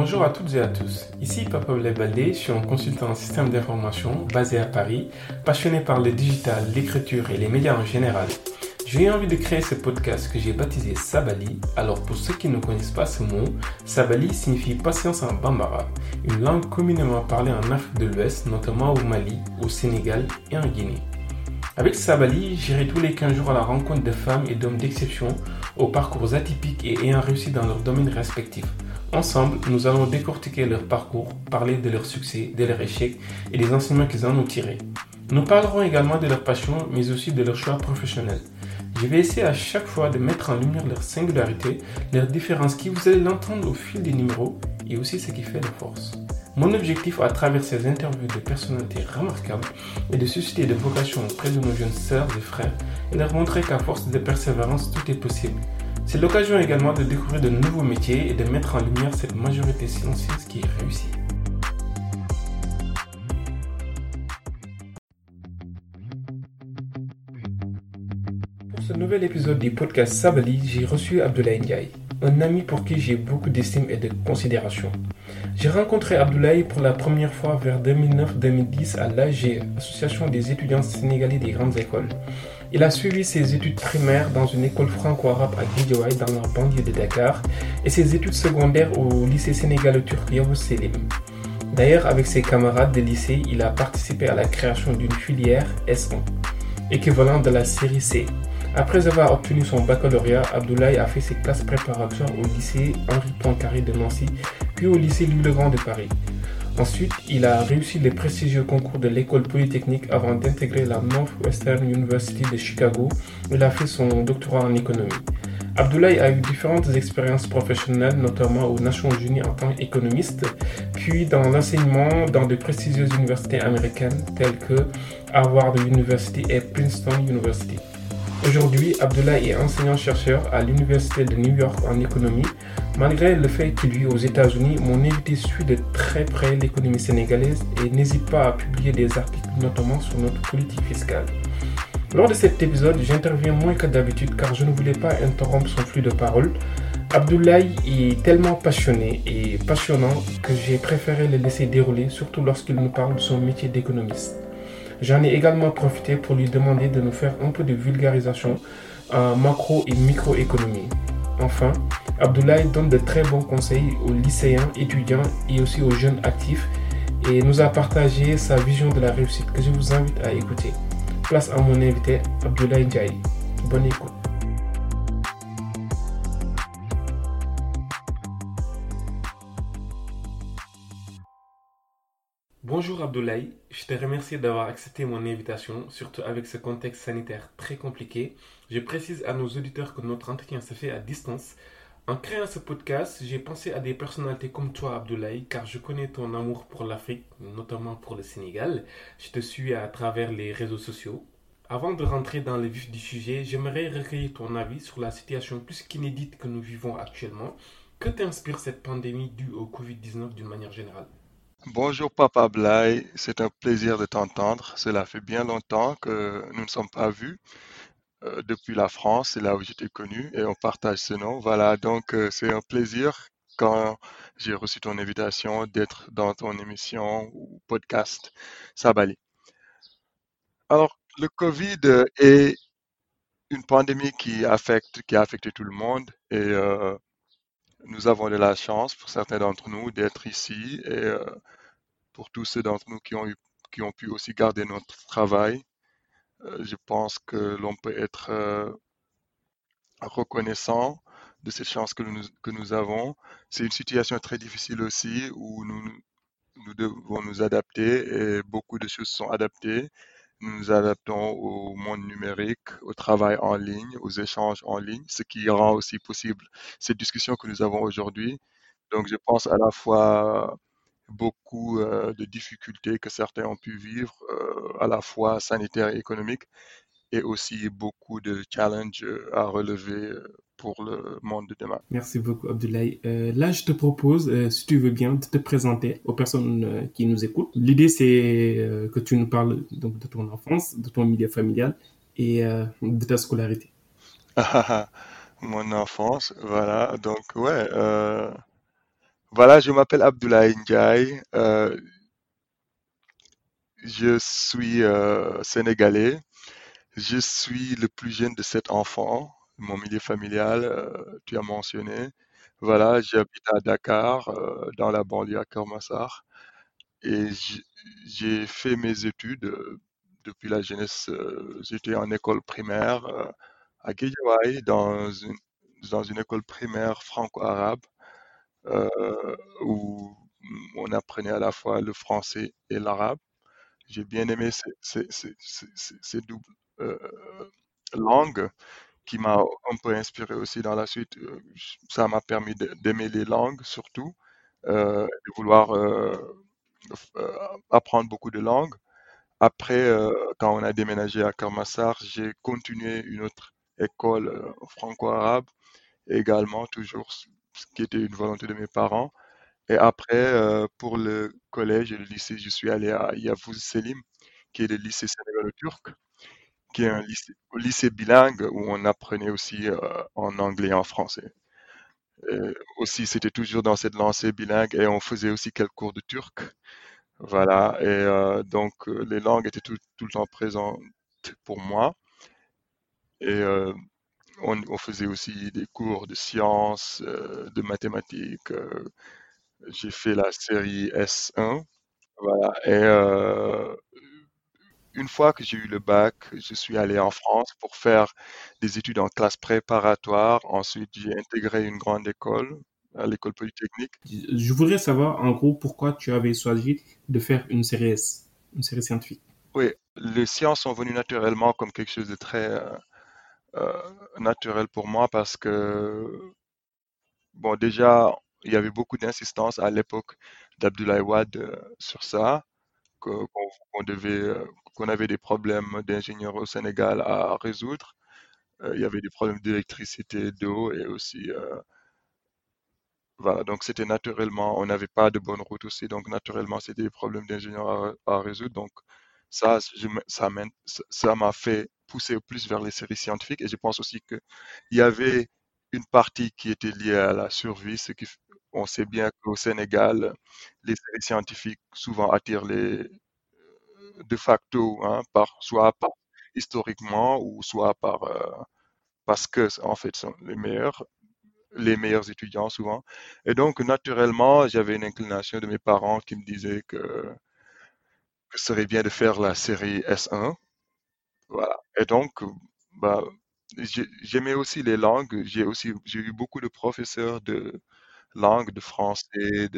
Bonjour à toutes et à tous, ici Papa Baldé, je suis un consultant en système d'information basé à Paris, passionné par le digital, l'écriture et les médias en général. J'ai eu envie de créer ce podcast que j'ai baptisé Sabali. Alors pour ceux qui ne connaissent pas ce mot, Sabali signifie patience en Bambara, une langue communément parlée en Afrique de l'Ouest, notamment au Mali, au Sénégal et en Guinée. Avec Sabali, j'irai tous les 15 jours à la rencontre de femmes et d'hommes d'exception, aux parcours atypiques et ayant réussi dans leurs domaines respectifs. Ensemble, nous allons décortiquer leur parcours, parler de leurs succès, de leurs échecs et des enseignements qu'ils en ont tirés. Nous parlerons également de leur passion, mais aussi de leurs choix professionnels. Je vais essayer à chaque fois de mettre en lumière leur singularité, leurs différences qui vous allez l'entendre au fil des numéros et aussi ce qui fait leur force. Mon objectif à travers ces interviews de personnalités remarquables est de susciter des vocations auprès de nos jeunes sœurs et frères et leur montrer qu'à force de persévérance, tout est possible. C'est l'occasion également de découvrir de nouveaux métiers et de mettre en lumière cette majorité silencieuse qui réussit. Pour ce nouvel épisode du podcast Sabali, j'ai reçu Abdoulaye Ndiaye, un ami pour qui j'ai beaucoup d'estime et de considération. J'ai rencontré Abdoulaye pour la première fois vers 2009-2010 à l'AG, Association des étudiants sénégalais des grandes écoles. Il a suivi ses études primaires dans une école franco-arabe à Guédiawaye dans la banlieue de Dakar et ses études secondaires au lycée sénégalo-turc Yavuz Selim. D'ailleurs, avec ses camarades de lycée, il a participé à la création d'une filière S1, équivalent de la série C. Après avoir obtenu son baccalauréat, Abdoulaye a fait ses classes préparatoires au lycée Henri Poincaré de Nancy, puis au lycée Louis-le-Grand de Paris. Ensuite, il a réussi les prestigieux concours de l'école polytechnique avant d'intégrer la Northwestern University de Chicago. Il a fait son doctorat en économie. Abdoulaye a eu différentes expériences professionnelles, notamment aux Nations Unies en tant qu'économiste, puis dans l'enseignement dans de prestigieuses universités américaines telles que Harvard University et Princeton University. Aujourd'hui, Abdoulaye est enseignant-chercheur à l'Université de New York en économie. Malgré le fait qu'il vit aux États-Unis, mon invité suit de très près l'économie sénégalaise et n'hésite pas à publier des articles, notamment sur notre politique fiscale. Lors de cet épisode, j'interviens moins que d'habitude car je ne voulais pas interrompre son flux de paroles. Abdoulaye est tellement passionné et passionnant que j'ai préféré le laisser dérouler, surtout lorsqu'il nous parle de son métier d'économiste. J'en ai également profité pour lui demander de nous faire un peu de vulgarisation en macro et microéconomie. Enfin, Abdoulaye donne de très bons conseils aux lycéens, étudiants et aussi aux jeunes actifs et nous a partagé sa vision de la réussite que je vous invite à écouter. Place à mon invité Abdoulaye Ndiaye. Bonne écoute. Bonjour Abdoulaye, je te remercie d'avoir accepté mon invitation, surtout avec ce contexte sanitaire très compliqué. Je précise à nos auditeurs que notre entretien se fait à distance. En créant ce podcast, j'ai pensé à des personnalités comme toi Abdoulaye, car je connais ton amour pour l'Afrique, notamment pour le Sénégal. Je te suis à travers les réseaux sociaux. Avant de rentrer dans le vif du sujet, j'aimerais recueillir ton avis sur la situation plus qu'inédite que nous vivons actuellement. Que t'inspire cette pandémie due au Covid-19 d'une manière générale? Bonjour Papa Blay, c'est un plaisir de t'entendre. Cela fait bien longtemps que nous ne sommes pas vus. Depuis la France, c'est là où j'étais connu et on partage ce nom. Voilà, donc c'est un plaisir quand j'ai reçu ton invitation d'être dans ton émission ou podcast Sabali. Alors, le Covid est une pandémie qui a affecté tout le monde et nous avons de la chance pour certains d'entre nous d'être ici et pour tous ceux d'entre nous qui ont pu aussi garder notre travail. Je pense que l'on peut être reconnaissant de cette chance que nous avons. C'est une situation très difficile aussi où nous devons nous adapter et beaucoup de choses sont adaptées. Nous nous adaptons au monde numérique, au travail en ligne, aux échanges en ligne, ce qui rend aussi possible cette discussion que nous avons aujourd'hui. Donc, je pense à la fois beaucoup de difficultés que certains ont pu vivre, à la fois sanitaires et économiques, et aussi beaucoup de challenges à relever pour le monde de demain. Merci beaucoup Abdoulaye. Là, je te propose, si tu veux bien, de te présenter aux personnes qui nous écoutent. L'idée, c'est que tu nous parles donc, de ton enfance, de ton milieu familial et de ta scolarité. Mon enfance, voilà. Donc, ouais, Voilà, je m'appelle Abdoulaye Ndiaye. Je suis sénégalais. Je suis le plus jeune de 7 enfants. Mon milieu familial, tu as mentionné. Voilà, j'habite à Dakar, dans la banlieue à Keur Massar. Et j'ai fait mes études depuis la jeunesse. J'étais en école primaire à Guédiawaye, dans une école primaire franco-arabe, où on apprenait à la fois le français et l'arabe. J'ai bien aimé ces doubles euh, langues qui m'a un peu inspiré aussi dans la suite. Ça m'a permis d'aimer les langues surtout, de vouloir apprendre beaucoup de langues. Après, quand on a déménagé à Kermassar, j'ai continué une autre école franco-arabe également, toujours ce qui était une volonté de mes parents. Et après, pour le collège et le lycée, je suis allé à Yavuz Selim, qui est le lycée sénégalo-turc, qui est un lycée bilingue où on apprenait aussi en anglais et en français. Aussi, c'était toujours dans cette lancée bilingue et on faisait aussi quelques cours de turc. Voilà, et donc les langues étaient tout le temps présentes pour moi. Et on faisait aussi des cours de sciences, de mathématiques. J'ai fait la série S1. Voilà. Et une fois que j'ai eu le bac, je suis allé en France pour faire des études en classe préparatoire. Ensuite, j'ai intégré une grande école, à l'école polytechnique. Je voudrais savoir en gros pourquoi tu avais choisi de faire une série S, une série scientifique. Oui, les sciences sont venues naturellement comme quelque chose de très naturel pour moi parce que, bon, déjà, il y avait beaucoup d'insistance à l'époque d'Abdoulaye Wade sur ça, qu'on devait, qu'on avait des problèmes d'ingénieurs au Sénégal à résoudre. Il y avait des problèmes d'électricité, d'eau et aussi, voilà, donc c'était naturellement, on n'avait pas de bonne route aussi, donc naturellement c'était des problèmes d'ingénieurs à résoudre. Donc ça, ça m'a fait pousser plus vers les séries scientifiques et je pense aussi qu'il y avait une partie qui était liée à la survie, on sait bien qu'au Sénégal, les séries scientifiques souvent attirent de facto, hein, soit historiquement ou soit parce que en fait sont les meilleurs étudiants souvent. Et donc, naturellement, j'avais une inclination de mes parents qui me disaient que ce serait bien de faire la série S1. Voilà. Et donc, bah, j'aimais aussi les langues. J'ai eu beaucoup de professeurs de langue, de français,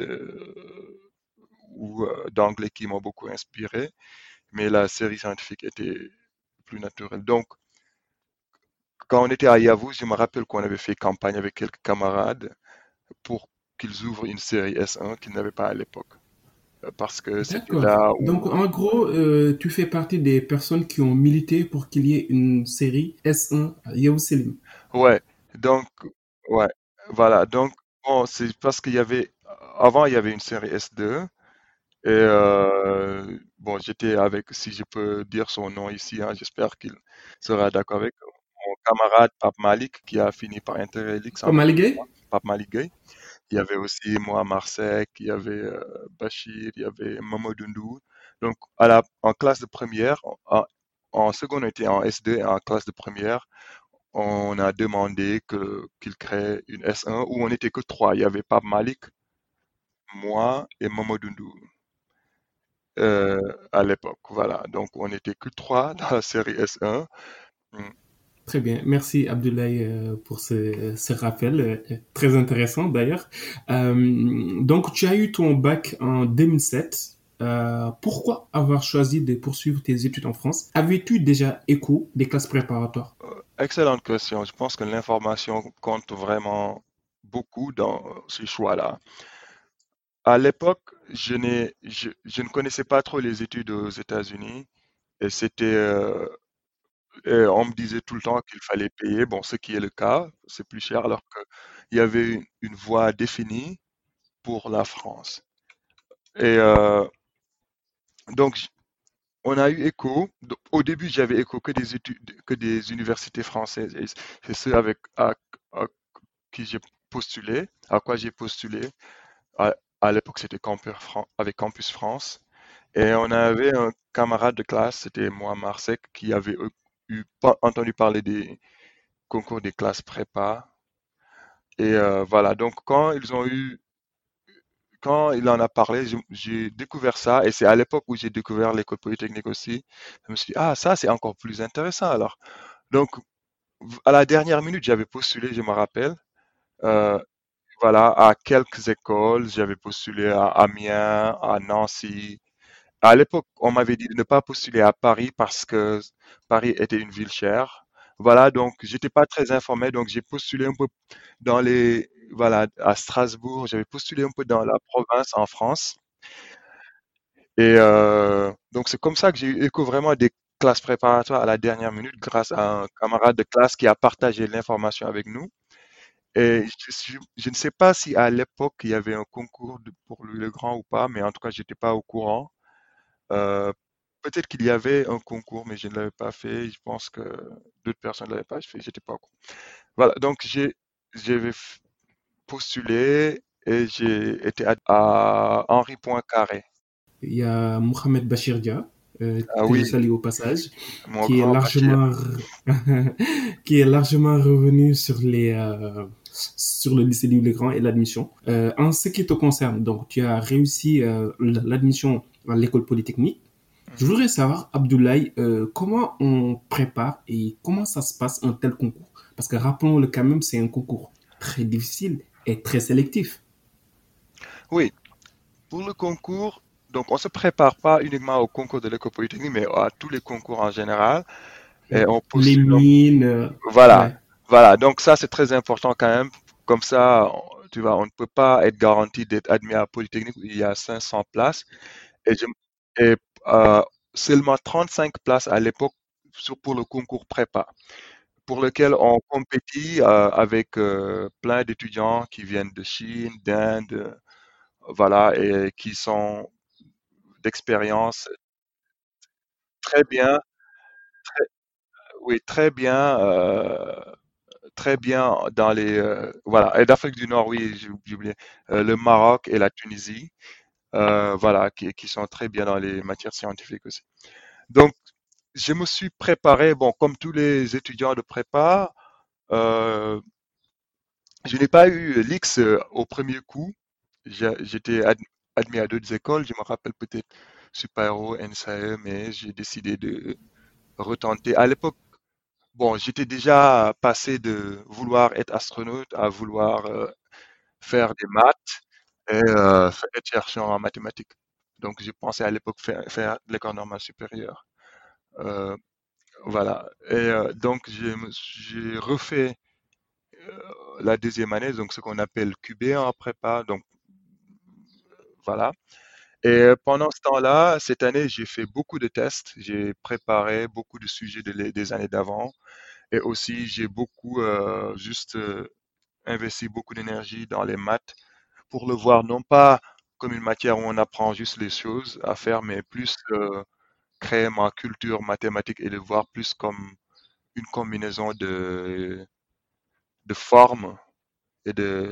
ou d'anglais qui m'ont beaucoup inspiré. Mais la série scientifique était plus naturelle. Donc, quand on était à Yavuz, je me rappelle qu'on avait fait campagne avec quelques camarades pour qu'ils ouvrent une série S1 qu'ils n'avaient pas à l'époque. Parce que c'était D'accord. là Donc, où, en gros, tu fais partie des personnes qui ont milité pour qu'il y ait une série S1 à Yahoo Selim. ouais, donc, ouais, voilà, donc, bon, c'est parce qu'il y avait, avant, il y avait une série S2, et bon, j'étais avec, si je peux dire son nom ici, hein, j'espère qu'il sera d'accord avec mon camarade Pape Malik, qui a fini par intégrer l'X Pas en même mal temps que moi, gay? Pape Malik Gueye. Il y avait aussi moi, Marsek, il y avait Bachir, il y avait Mamadou Ndour. Donc, en classe de première, en seconde, on était en S2 et en classe de première, on a demandé qu'il crée une S1 où on n'était que trois. Il y avait Pape Malik, moi et Mamadou Ndour à l'époque. Voilà. Donc, on n'était que trois dans la série S1. Mm. Très bien. Merci Abdoulaye pour ce rappel, très intéressant d'ailleurs. Donc, tu as eu ton bac en 2007. Pourquoi avoir choisi de poursuivre tes études en France? Avais-tu déjà écho des classes préparatoires? Excellente question. Je pense que l'information compte vraiment beaucoup dans ce choix-là. À l'époque, je ne connaissais pas trop les études aux États-Unis et on me disait tout le temps qu'il fallait payer. Bon, ce qui est le cas, c'est plus cher alors qu'il y avait une voie définie pour la France. Et donc, on a eu écho. Au début, j'avais écho que des études, que des universités françaises. Et c'est ce à qui j'ai postulé, à quoi j'ai postulé. À, à l'époque, c'était avec Campus France. Et on avait un camarade de classe, c'était moi, Marsec, qui avait entendu parler des concours des classes prépa. Et voilà, donc quand il en a parlé, j'ai découvert ça. Et c'est à l'époque où j'ai découvert l'école polytechnique aussi. Je me suis dit, ah, ça, c'est encore plus intéressant alors. Donc, à la dernière minute, j'avais postulé, je me rappelle. Euh, voilà, à quelques écoles. J'avais postulé à Amiens, à Nancy. À l'époque, on m'avait dit de ne pas postuler à Paris parce que Paris était une ville chère. Voilà, donc j'étais pas très informé, donc j'ai postulé un peu voilà, à Strasbourg, j'avais postulé un peu dans la province en France. Et donc c'est comme ça que j'ai eu écho vraiment des classes préparatoires à la dernière minute grâce à un camarade de classe qui a partagé l'information avec nous. Et je ne sais pas si à l'époque il y avait un concours pour Louis le Grand ou pas, mais en tout cas, j'étais pas au courant. Euh, Peut-être qu'il y avait un concours, mais je ne l'avais pas fait. Je pense que d'autres personnes ne l'avaient pas fait. J'étais pas au courant. Voilà, donc j'avais postulé et j'ai été à Henri Poincaré. Il y a Mohamed Bachir Dia, Ah que je oui, salue au passage, mon qui est grand Bachir. largement, qui est largement revenu sur le lycée Louis-le-Grand et l'admission. En ce qui te concerne, donc, tu as réussi l'admission à l'école polytechnique. Je Mhm. voudrais savoir, Abdoulaye, comment on prépare et comment ça se passe un tel concours? Parce que rappelons-le quand même, c'est un concours très difficile et très sélectif. Oui, pour le concours, donc on se prépare pas uniquement au concours de l'école polytechnique, mais à tous les concours en général. Et on Les postule. mines, Voilà, ouais. voilà. Donc ça, c'est très important quand même. Comme ça, tu vois, on ne peut pas être garanti d'être admis à Polytechnique où il y a 500 places. Et, et seulement 35 places à l'époque pour le concours prépa, pour lequel on compétit avec plein d'étudiants qui viennent de Chine, d'Inde, voilà, et qui sont d'expérience très bien, oui, très bien dans voilà, et d'Afrique du Nord, oui, j'ai oublié, le Maroc et la Tunisie, voilà, qui sont très bien dans les matières scientifiques aussi. Donc, je me suis préparé, bon, comme tous les étudiants de prépa, euh, je n'ai pas eu l'X au premier coup. J'étais admis à d'autres écoles, je me rappelle peut-être Super-Héros, NSAE, mais j'ai décidé de retenter. À l'époque, bon, j'étais déjà passé de vouloir être astronaute à vouloir faire des maths et être chercheur en mathématiques. Donc, j'ai pensé à l'époque faire l'école normale supérieure. Euh, voilà. Et donc, j'ai refait la deuxième année, donc ce qu'on appelle QB en prépa. Donc, voilà. Et pendant ce temps-là, cette année, j'ai fait beaucoup de tests. J'ai préparé beaucoup de sujets des années d'avant. Et aussi, j'ai beaucoup, juste investi beaucoup d'énergie dans les maths pour le voir non pas comme une matière où on apprend juste les choses à faire, mais plus créer ma culture mathématique et le voir plus comme une combinaison de formes et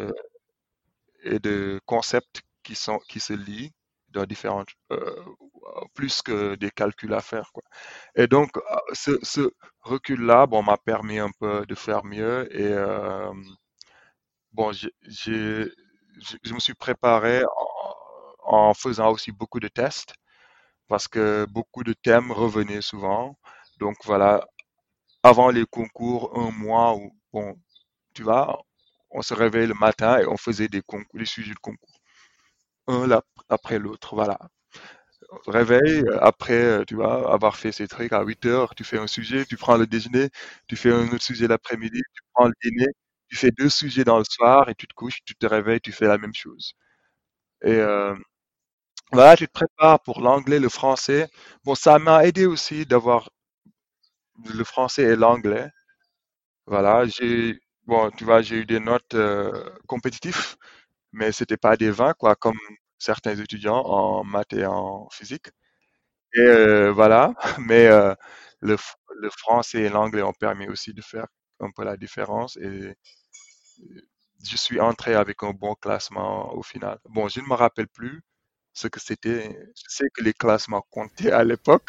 de concepts qui se lient dans différentes, plus que des calculs à faire, quoi. Et donc, ce recul-là, bon, m'a permis un peu de faire mieux et bon, je me suis préparé en faisant aussi beaucoup de tests parce que beaucoup de thèmes revenaient souvent. Donc voilà, avant les concours, un mois où, bon, tu vois, on se réveille le matin et on faisait des sujets de concours, après l'autre, voilà. Réveil, après, tu vois, avoir fait ces trucs à 8 heures, tu fais un sujet, tu prends le déjeuner, tu fais un autre sujet l'après-midi, tu prends le dîner, tu fais deux sujets dans le soir et tu te couches, tu te réveilles, tu fais la même chose. Et voilà, tu te prépares pour l'anglais, le français. Bon, ça m'a aidé aussi d'avoir le français et l'anglais. Voilà, bon, tu vois, j'ai eu des notes compétitives, mais c'était pas des 20, quoi, comme certains étudiants en maths et en physique. Et voilà, mais le français et l'anglais ont permis aussi de faire un peu la différence. Et je suis entré avec un bon classement au final. Bon, je ne me rappelle plus ce que c'était. Je sais que les classements comptaient à l'époque,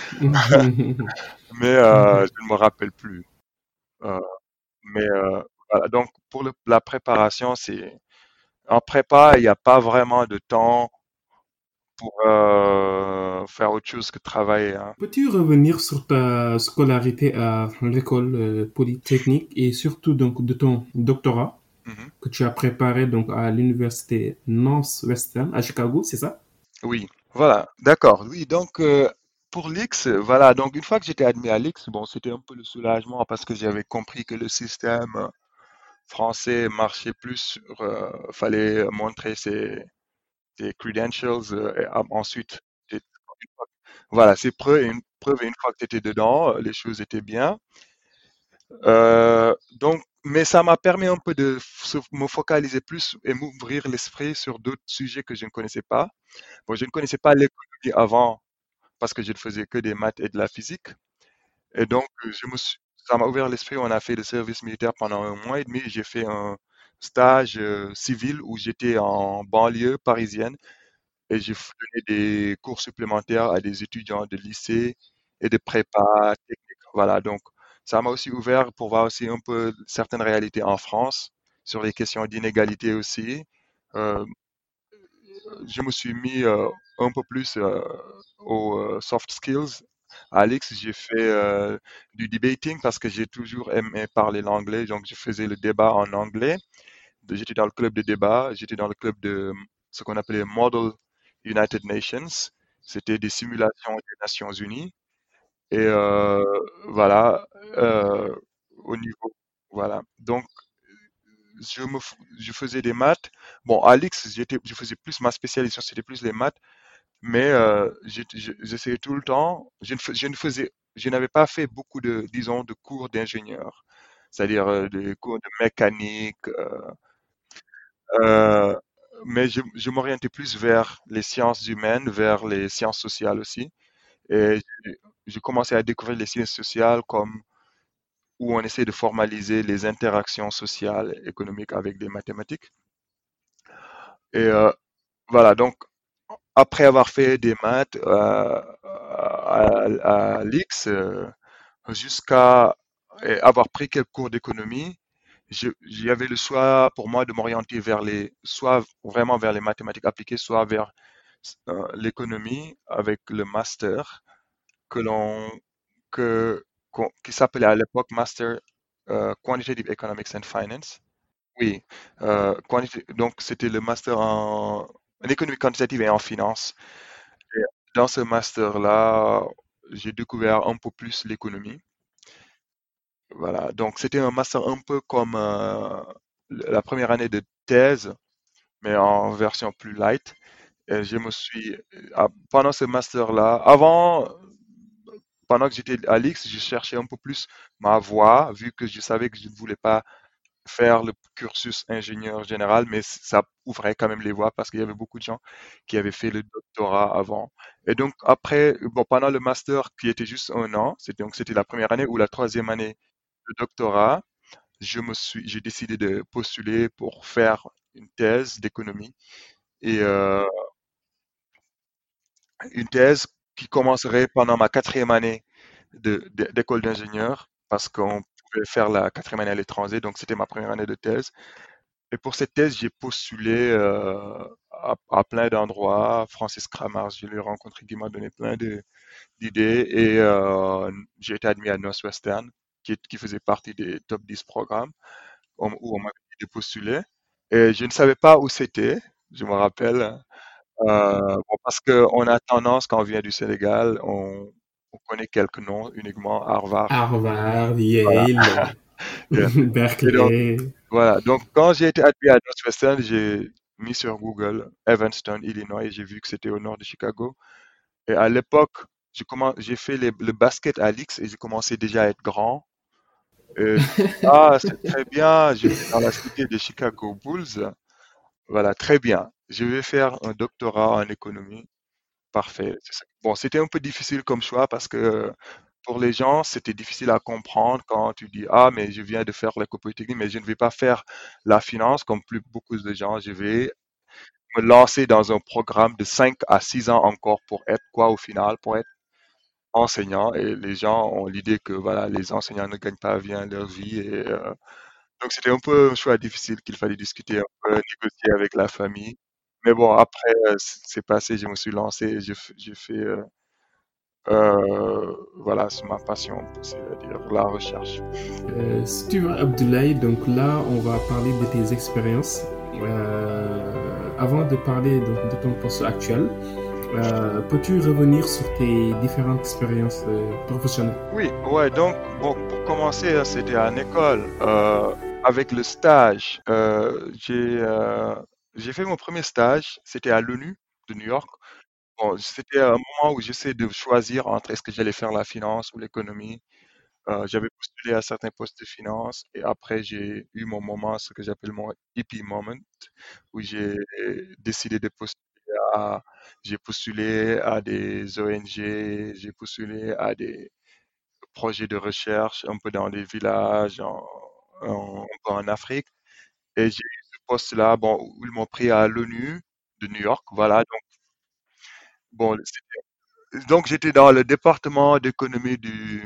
mais je ne me rappelle plus. Euh, mais voilà. Donc, pour la préparation, c'est en prépa, il n'y a pas vraiment de temps pour faire autre chose que travailler, hein. Peux-tu revenir sur ta scolarité à l'école polytechnique et surtout donc de ton doctorat Mhm. que tu as préparé donc à l'université Northwestern à Chicago, c'est ça? Oui, voilà, d'accord. Oui, donc pour l'X, voilà, donc une fois que j'étais admis à l'X, bon, c'était un peu le soulagement parce que j'avais compris que le système français marchait plus sur, fallait montrer ses credentials et ensuite, et- voilà, ses preuves, et une fois que tu étais dedans, les choses étaient bien. Donc, mais ça m'a permis un peu de me focaliser plus et m'ouvrir l'esprit sur d'autres sujets que je ne connaissais pas. Bon, je ne connaissais pas l'économie avant parce que je ne faisais que des maths et de la physique. Et donc, ça m'a ouvert l'esprit. On a fait le service militaire pendant un mois et demi. J'ai fait un stage civil où j'étais en banlieue parisienne et j'ai donné des cours supplémentaires à des étudiants de lycée et de prépa technique. Voilà, donc ça m'a aussi ouvert pour voir aussi un peu certaines réalités en France sur les questions d'inégalité aussi. Euh, je me suis mis un peu plus aux soft skills. Alex, j'ai fait du debating parce que j'ai toujours aimé parler l'anglais, donc je faisais le débat en anglais. J'étais dans le club de débat, j'étais dans le club de ce qu'on appelait Model United Nations. C'était des simulations des Nations Unies. Et voilà, euh, au niveau, voilà. Donc, je faisais des maths. Bon, Alix, je faisais plus ma spécialisation, c'était plus les maths, mais j'essayais tout le temps. Je n'avais pas fait beaucoup de, disons, de cours d'ingénieur, c'est-à-dire des cours de mécanique, euh, mais je m'orientais plus vers les sciences humaines, vers les sciences sociales aussi. Et j'ai commencé à découvrir les sciences sociales comme où on essaie de formaliser les interactions sociales et économiques avec des mathématiques. Et voilà, donc après avoir fait des maths à l'X, jusqu'à avoir pris quelques cours d'économie, j'avais le choix pour moi de m'orienter vers soit vraiment vers les mathématiques appliquées, soit vers l'économie avec le master que l'on, qui s'appelait à l'époque Master Quantitative Economics and Finance. Oui, donc c'était le master en économie quantitative et en finance. Et dans ce master-là, j'ai découvert un peu plus l'économie. Voilà, donc c'était un master un peu comme la première année de thèse, mais en version plus light. Et pendant ce master-là, pendant que j'étais à l'X, je cherchais un peu plus ma voie, vu que je savais que je ne voulais pas faire le cursus ingénieur général, mais ça ouvrait quand même les voies parce qu'il y avait beaucoup de gens qui avaient fait le doctorat avant. Et donc après, bon, pendant le master qui était juste un an, c'était la première année ou la troisième année de doctorat, j'ai décidé de postuler pour faire une thèse d'économie et une thèse qui commencerait pendant ma quatrième année d'école d'ingénieur parce qu'on pouvait faire la quatrième année à l'étranger, donc c'était ma première année de thèse. Et pour cette thèse, j'ai postulé à plein d'endroits. Francis Kramars, je l'ai rencontré, qui m'a donné d'idées. Et j'ai été admis à Northwestern, qui faisait partie des top 10 programmes où on m'avait dit de postuler. Et je ne savais pas où c'était, je me rappelle. Bon, parce qu'on a tendance, quand on vient du Sénégal, on connaît quelques noms uniquement, Harvard. Harvard, Voilà. Yale, Et donc, Berkeley. voilà. Donc, quand j'ai été admis à Northwestern, j'ai mis sur Google Evanston, Illinois, et j'ai vu que c'était au nord de Chicago. Et à l'époque, j'ai fait le basket à l'X et j'ai commencé déjà à être grand. Et je me suis dit, ah, c'est très bien, je vais dans la cité des Chicago Bulls. Voilà, très bien. Je vais faire un doctorat en économie. Parfait. Bon, c'était un peu difficile comme choix parce que pour les gens, c'était difficile à comprendre quand tu dis, ah, mais je viens de faire l'éco polytechnique, mais je ne vais pas faire la finance comme plus beaucoup de gens. Je vais me lancer dans un programme de 5 à 6 ans encore pour être quoi au final, pour être enseignant. Et les gens ont l'idée que voilà, les enseignants ne gagnent pas bien leur vie. Et donc c'était un peu un choix difficile qu'il fallait discuter, un peu négocier avec la famille. Mais bon, après, c'est passé, je me suis lancé et j'ai fait, voilà, c'est ma passion, c'est-à-dire la recherche. Si tu veux, Abdoulaye, donc là, on va parler de tes expériences. Avant de parler de ton poste actuel, peux-tu revenir sur tes différentes expériences professionnelles? Oui, ouais, donc, bon, pour commencer, c'était à l'école. Avec le stage, j'ai fait mon premier stage, c'était à l'ONU de New York. Bon, c'était un moment où j'essaie de choisir entre est-ce que j'allais faire la finance ou l'économie. J'avais postulé à certains postes de finance et après j'ai eu mon moment, ce que j'appelle mon hippie moment, où j'ai décidé de postuler à, j'ai postulé à des ONG, j'ai postulé à des projets de recherche un peu dans les villages, un peu en Afrique. Et j'ai eu ce poste-là, bon, où ils m'ont pris à l'ONU de New York, voilà. Donc, bon, donc j'étais dans le département d'économie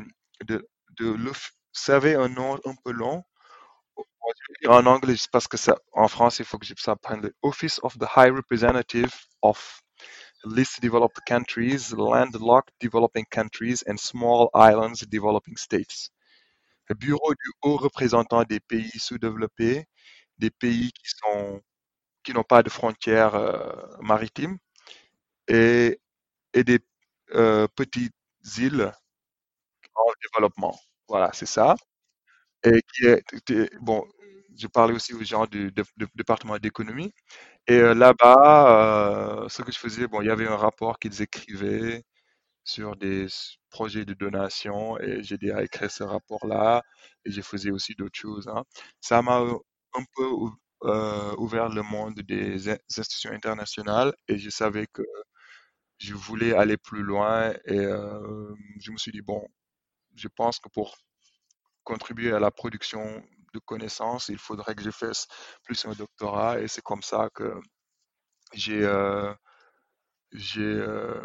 ça avait un nom un peu long. Bon, je vais dire en anglais, c'est parce que ça, en français, il faut que je ça prenne le Office of the High Representative of Least Developed Countries, Landlocked Developing Countries and Small Islands Developing States. Le bureau du haut représentant des pays sous-développés, des pays qui n'ont pas de frontières maritimes et, et des petites îles en développement. Voilà, c'est ça. Et bon, je parlais aussi aux gens du département d'économie. Et là-bas, ce que je faisais, bon, il y avait un rapport qu'ils écrivaient sur des projets de donation et j'ai aidé à écrire ce rapport-là et je faisais aussi d'autres choses, hein. Ça m'a un peu ouvert le monde des institutions internationales et je savais que je voulais aller plus loin et je me suis dit, bon, je pense que pour contribuer à la production de connaissances, il faudrait que je fasse plus un doctorat et c'est comme ça que j'ai euh, j'ai euh,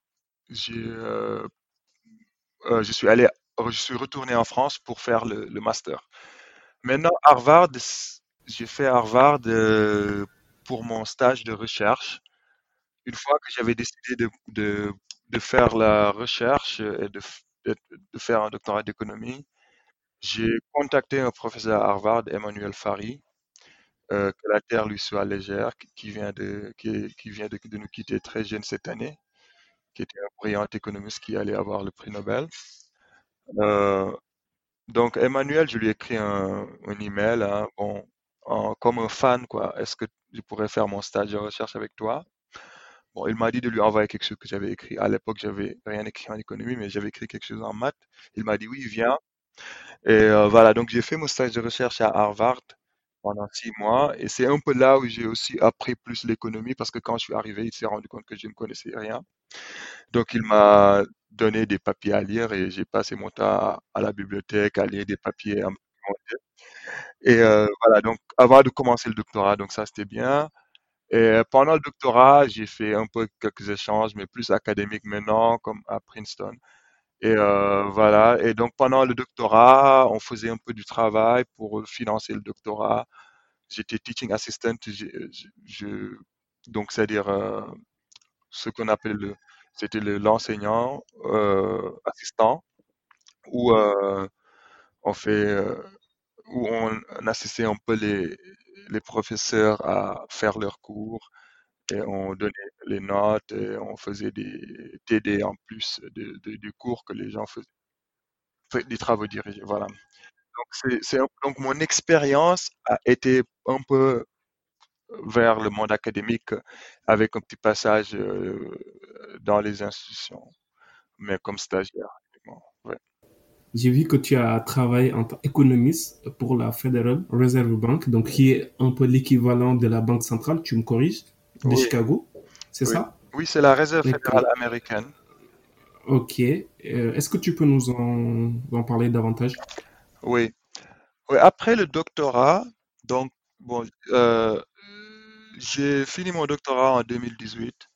j'ai je suis je suis retourné en France pour faire le master. Maintenant, Harvard, j'ai fait Harvard pour mon stage de recherche. Une fois que j'avais décidé de faire la recherche et de faire un doctorat d'économie, j'ai contacté un professeur à Harvard, Emmanuel Fary, que la terre lui soit légère, qui vient de nous quitter très jeune cette année, qui était un brillant économiste qui allait avoir le prix Nobel. Euh, Donc, Emmanuel, je lui ai écrit un email, hein, bon, comme un fan, quoi. Est-ce que je pourrais faire mon stage de recherche avec toi? Bon, il m'a dit de lui envoyer quelque chose que j'avais écrit. À l'époque, j'avais rien écrit en économie, mais j'avais écrit quelque chose en maths. Il m'a dit oui, viens. Et voilà, donc j'ai fait mon stage de recherche à Harvard pendant 6 mois. Et c'est un peu là où j'ai aussi appris plus l'économie parce que quand je suis arrivé, il s'est rendu compte que je ne connaissais rien. Donc, il m'a donné des papiers à lire et j'ai passé mon temps à la bibliothèque à lire des papiers. Et voilà, donc avant de commencer le doctorat, donc ça c'était bien. Et pendant le doctorat, j'ai fait un peu quelques échanges, mais plus académiques maintenant, comme à Princeton. Et voilà, et donc pendant le doctorat, on faisait un peu du travail pour financer le doctorat. J'étais teaching assistant, donc c'est-à-dire ce qu'on appelle c'était l'enseignant assistant, où on fait où on assistait un peu les professeurs à faire leurs cours et on donnait les notes et on faisait des TD en plus du cours que les gens faisaient, des travaux dirigés, voilà. Donc, donc mon expérience a été un peu vers le monde académique avec un petit passage dans les institutions, mais comme stagiaire. Ouais. J'ai vu que tu as travaillé en tant qu'économiste pour la Federal Reserve Bank, donc qui est un peu l'équivalent de la Banque centrale, tu me corriges, de Oui, Chicago, c'est oui, ça? oui, c'est la Réserve Donc, fédérale américaine. Ok. Est-ce que tu peux nous en parler davantage? Oui. Oui, après le doctorat, donc, bon, j'ai fini mon doctorat en 2018.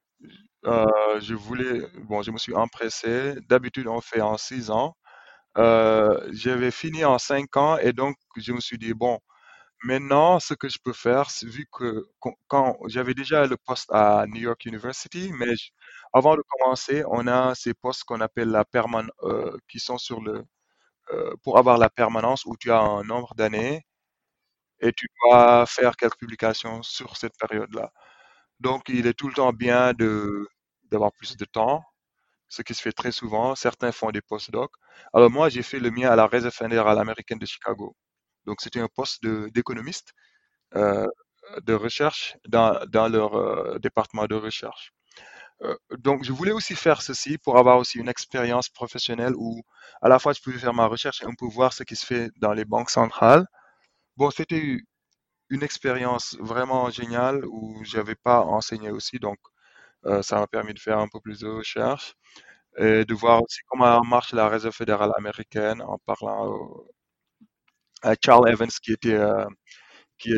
Bon, je me suis empressé. D'habitude, on fait en 6 ans. J'avais fini en 5 ans et donc je me suis dit, bon, maintenant, ce que je peux faire, c'est vu que quand j'avais déjà le poste à New York University, mais avant de commencer, on a ces postes qu'on appelle la permanence, qui sont pour avoir la permanence où tu as un nombre d'années et tu dois faire quelques publications sur cette période-là. Donc, il est tout le temps bien d'avoir plus de temps, ce qui se fait très souvent. Certains font des post-docs. Alors moi, j'ai fait le mien à la Réserve fédérale américaine de Chicago. Donc, c'était un poste d'économiste, euh, de recherche dans leur département de recherche. Donc, je voulais aussi faire ceci pour avoir aussi une expérience professionnelle où à la fois je pouvais faire ma recherche et on peut voir ce qui se fait dans les banques centrales. Bon, c'était une expérience vraiment géniale où j'avais pas enseigné aussi, donc ça m'a permis de faire un peu plus de recherche et de voir aussi comment marche la Réserve fédérale américaine en parlant à Charles Evans qui est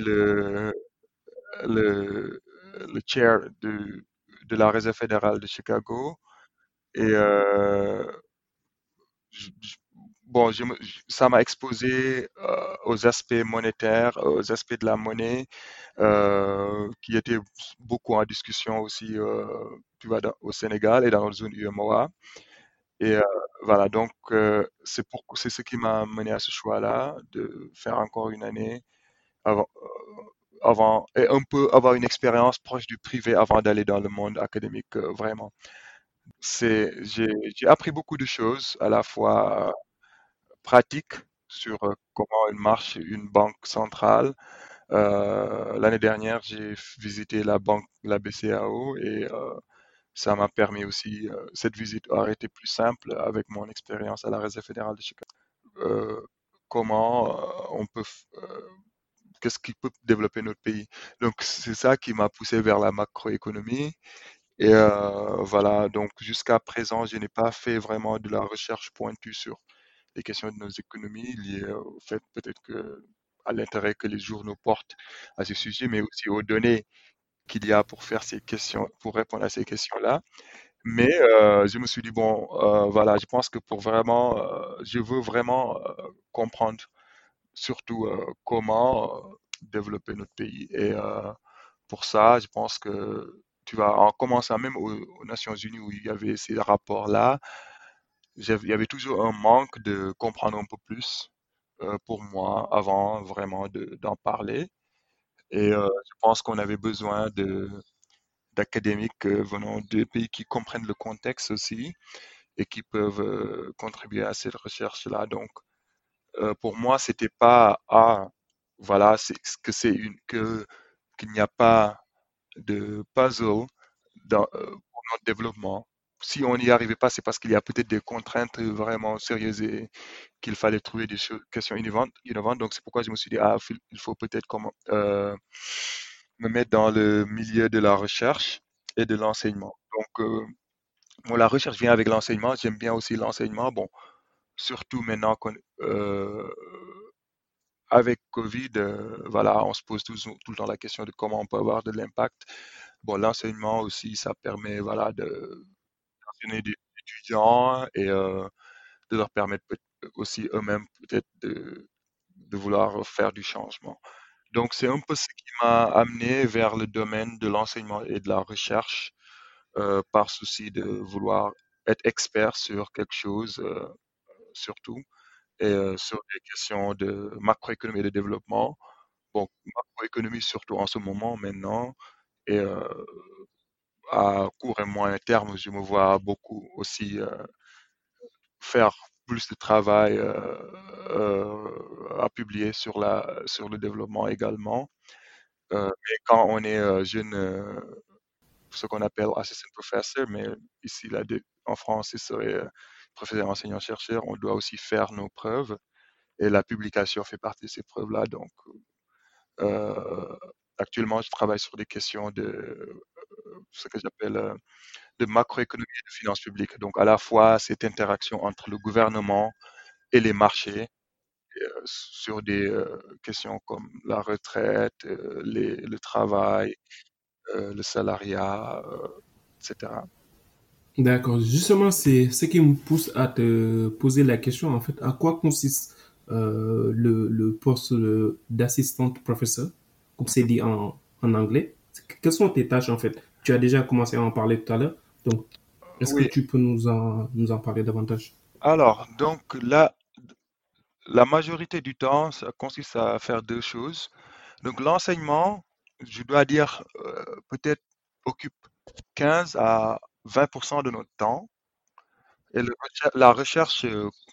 le, le chair de la Réserve fédérale de Chicago. Et je- je- bon, ça m'a exposé aux aspects monétaires, aux aspects de la monnaie, qui étaient beaucoup en discussion aussi, tu vois, au Sénégal et dans notre zone UMOA. Et voilà, donc c'est ce qui m'a mené à ce choix-là, de faire encore une année avant et un peu avoir une expérience proche du privé avant d'aller dans le monde académique, vraiment. J'ai appris beaucoup de choses, à la fois pratiques sur comment elle marche une banque centrale. L'année dernière, j'ai visité la banque, la BCAO, et ça m'a permis aussi, cette visite aurait été plus simple avec mon expérience à la Réserve fédérale de Chicago. Euh, comment qu'est-ce qui peut développer notre pays? Donc, c'est ça qui m'a poussé vers la macroéconomie. Et voilà, donc jusqu'à présent, je n'ai pas fait vraiment de la recherche pointue sur les questions de nos économies liées au fait peut-être que à l'intérêt que les journaux portent à ce sujet, mais aussi aux données qu'il y a pour faire ces questions, pour répondre à ces questions-là. Mais je me suis dit, bon, voilà, je pense que je veux vraiment comprendre surtout comment développer notre pays. Et pour ça, je pense que tu vas en commençant même aux Nations Unies où il y avait ces rapports-là, il y avait toujours un manque de comprendre un peu plus pour moi avant vraiment d'en parler. Et je pense qu'on avait besoin d'académiques venant de pays qui comprennent le contexte aussi et qui peuvent contribuer à cette recherche-là. Donc, pour moi, c'était pas voilà, qu'il n'y a pas de puzzle pour notre développement. Si on n'y arrivait pas, c'est parce qu'il y a peut-être des contraintes vraiment sérieuses et qu'il fallait trouver des questions innovantes. Donc, c'est pourquoi je me suis dit, il faut peut-être me mettre dans le milieu de la recherche et de l'enseignement. Donc, bon, la recherche vient avec l'enseignement. J'aime bien aussi l'enseignement. Bon, surtout maintenant avec Covid, voilà, on se pose tout le temps la question de comment on peut avoir de l'impact. Bon, l'enseignement aussi, ça permet, voilà, d'enseigner des étudiants et de leur permettre aussi eux-mêmes peut-être de vouloir faire du changement. Donc, c'est un peu ce qui m'a amené vers le domaine de l'enseignement et de la recherche, par souci de vouloir être expert sur quelque chose, surtout, et sur des questions de macroéconomie et de développement. Bon, macroéconomie surtout en ce moment, maintenant, et à court et moyen terme, je me vois beaucoup aussi faire plus de travail à publier sur le développement également. Mais quand on est jeune, ce qu'on appelle assistant professor, mais ici, là, en France, il serait professeur enseignant-chercheur, on doit aussi faire nos preuves et la publication fait partie de ces preuves-là. Donc, euh, actuellement, je travaille sur des questions de ce que j'appelle de macroéconomie et de finances publiques. Donc, à la fois cette interaction entre le gouvernement et les marchés sur des questions comme la retraite, le travail, le salariat, etc. D'accord. Justement, c'est ce qui me pousse à te poser la question, en fait, à quoi consiste le poste d'assistante professeur, comme c'est dit en anglais. Quelles sont tes tâches, en fait? Tu as déjà commencé à en parler tout à l'heure, donc est-ce que Oui, tu peux nous en parler davantage? alors, donc là, la majorité du temps, ça consiste à faire deux choses. Donc, l'enseignement, je dois dire, peut-être occupe 15 à 20% de notre temps. Et la recherche,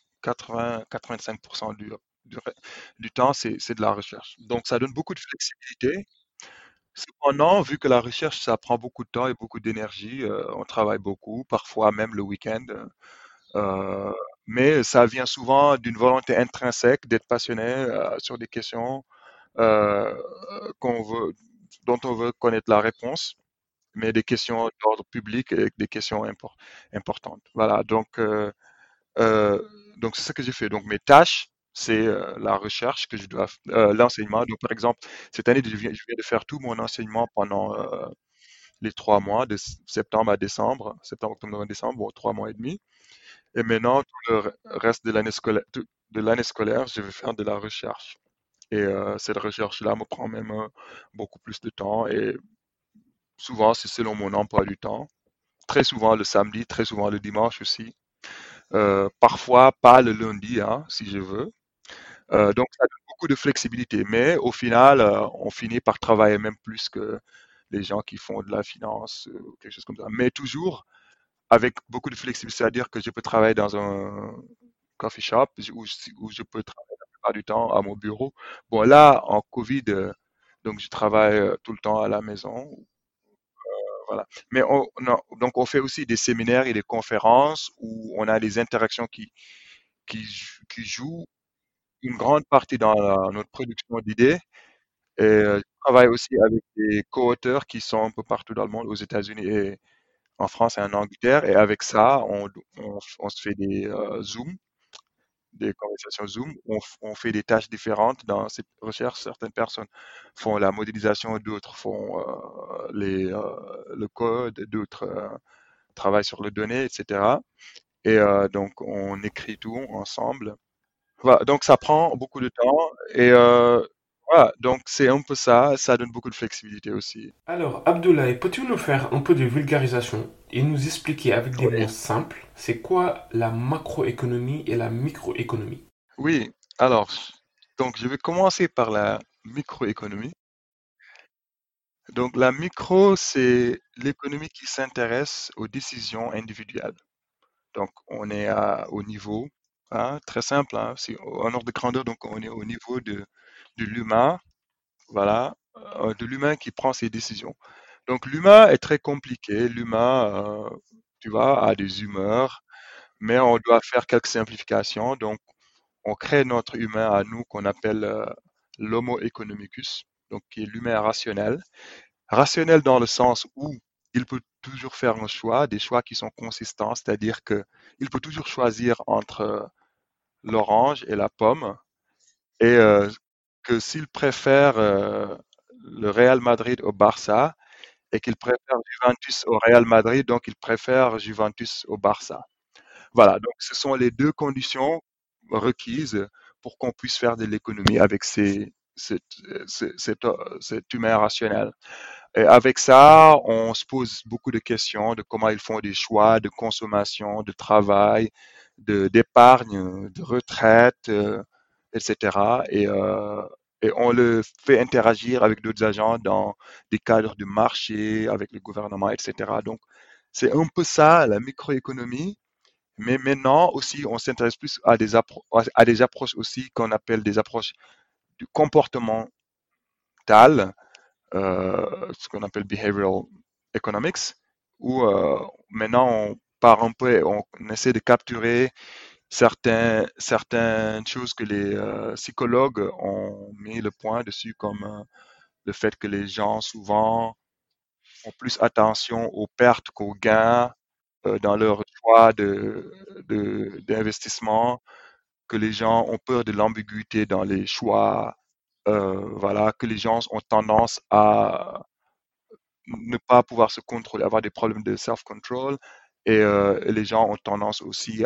80-85% du, du temps, c'est de la recherche. Donc, ça donne beaucoup de flexibilité. Cependant, vu que la recherche, ça prend beaucoup de temps et beaucoup d'énergie, on travaille beaucoup, parfois même le week-end. Euh, mais ça vient souvent d'une volonté intrinsèque d'être passionné sur des questions euh, qu'on veut, dont on veut connaître la réponse, mais des questions d'ordre public et des questions importantes. Voilà, euh, donc c'est ce que j'ai fait. Donc mes tâches, c'est la recherche que je dois, l'enseignement. Donc par exemple, cette année, je viens de faire tout mon enseignement pendant les 3 mois, de septembre à décembre, septembre, octobre, novembre, décembre, bon, 3 mois et demi. Et maintenant, tout le reste de l'année scolaire, je vais faire de la recherche. Et cette recherche-là me prend même beaucoup plus de temps. Et souvent, c'est selon mon emploi du temps. Très souvent le samedi, très souvent le dimanche aussi. Parfois pas le lundi, hein, si je veux. Donc, ça donne beaucoup de flexibilité. Mais au final, on finit par travailler même plus que les gens qui font de la finance, ou quelque chose comme ça. Mais toujours avec beaucoup de flexibilité, c'est-à-dire que je peux travailler dans un coffee shop où je peux travailler la plupart du temps à mon bureau. Bon, là, en Covid, donc je travaille tout le temps à la maison. Voilà. Mais non, donc on fait aussi des séminaires et des conférences où on a des interactions qui jouent une grande partie dans notre production d'idées. Et je travaille aussi avec des co-auteurs qui sont un peu partout dans le monde, aux États-Unis et en France et en Angleterre. Et avec ça, on se fait des Zooms, des conversations Zoom. On fait des tâches différentes dans cette recherche. Certaines personnes font la modélisation, d'autres font le code, d'autres travaillent sur les données, etc. Et donc, on écrit tout ensemble. Voilà, donc ça prend beaucoup de temps et voilà, donc c'est un peu ça, ça donne beaucoup de flexibilité aussi. Alors, Abdoulaye, peux-tu nous faire un peu de vulgarisation et nous expliquer avec des Oui, mots simples, c'est quoi la macroéconomie et la microéconomie? oui. Alors, donc je vais commencer par la microéconomie. Donc la micro, c'est l'économie qui s'intéresse aux décisions individuelles. Donc on est au niveau, hein, très simple, hein, c'est en ordre de grandeur, donc on est au niveau de l'humain, voilà, de l'humain qui prend ses décisions. Donc l'humain est très compliqué. L'humain, tu vois, a des humeurs, mais on doit faire quelques simplifications. Donc on crée notre humain à nous qu'on appelle l'homo economicus, donc qui est l'humain rationnel. Rationnel dans le sens où il peut toujours faire un choix, des choix qui sont consistants, c'est-à-dire que il peut toujours choisir entre l'orange et la pomme, et que s'il préfère le Real Madrid au Barça, et qu'il préfère Juventus au Real Madrid, donc il préfère Juventus au Barça. Voilà, donc ce sont les deux conditions requises pour qu'on puisse faire de l'économie avec cet humain rationnel. Et avec ça, on se pose beaucoup de questions de comment ils font des choix de consommation, de travail, d'épargne, de retraite, etc. Et on le fait interagir avec d'autres agents dans des cadres de marché, avec le gouvernement, etc. Donc, c'est un peu ça, la microéconomie. Mais maintenant aussi, on s'intéresse plus à des approches aussi qu'on appelle des approches du comportemental, ce qu'on appelle behavioral economics, où maintenant on part un peu, et on essaie de capturer certaines choses que les psychologues ont mis le point dessus, comme le fait que les gens souvent font plus attention aux pertes qu'aux gains, dans leur choix d'investissement, que les gens ont peur de l'ambiguïté dans les choix, voilà, que les gens ont tendance à ne pas pouvoir se contrôler, avoir des problèmes de self-control, et les gens ont tendance aussi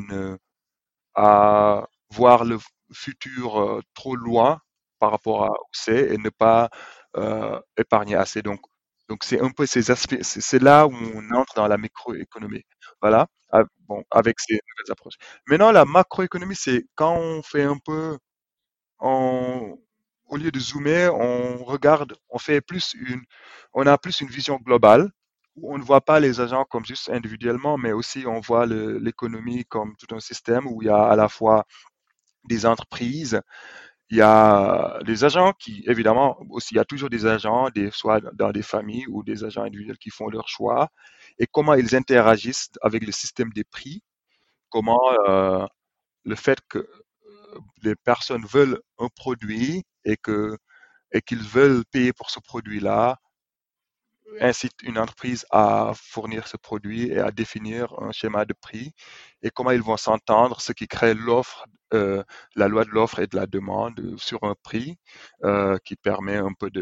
à voir le futur trop loin par rapport à où c'est et ne pas épargner assez. Donc c'est un peu ces aspects, c'est là où on entre dans la microéconomie. Voilà, bon, avec ces nouvelles approches. Maintenant, la macroéconomie, c'est quand on fait un peu, on, au lieu de zoomer, on regarde, on a plus une vision globale où on ne voit pas les agents comme juste individuellement, mais aussi on voit l'économie comme tout un système où il y a à la fois des entreprises, il y a des agents qui, évidemment, aussi, il y a toujours des agents, soit dans des familles ou des agents individuels qui font leurs choix, et comment ils interagissent avec le système des prix, comment le fait que les personnes veulent un produit et qu'ils veulent payer pour ce produit-là, incite une entreprise à fournir ce produit et à définir un schéma de prix et comment ils vont s'entendre, ce qui crée la loi de l'offre et de la demande sur un prix qui permet un peu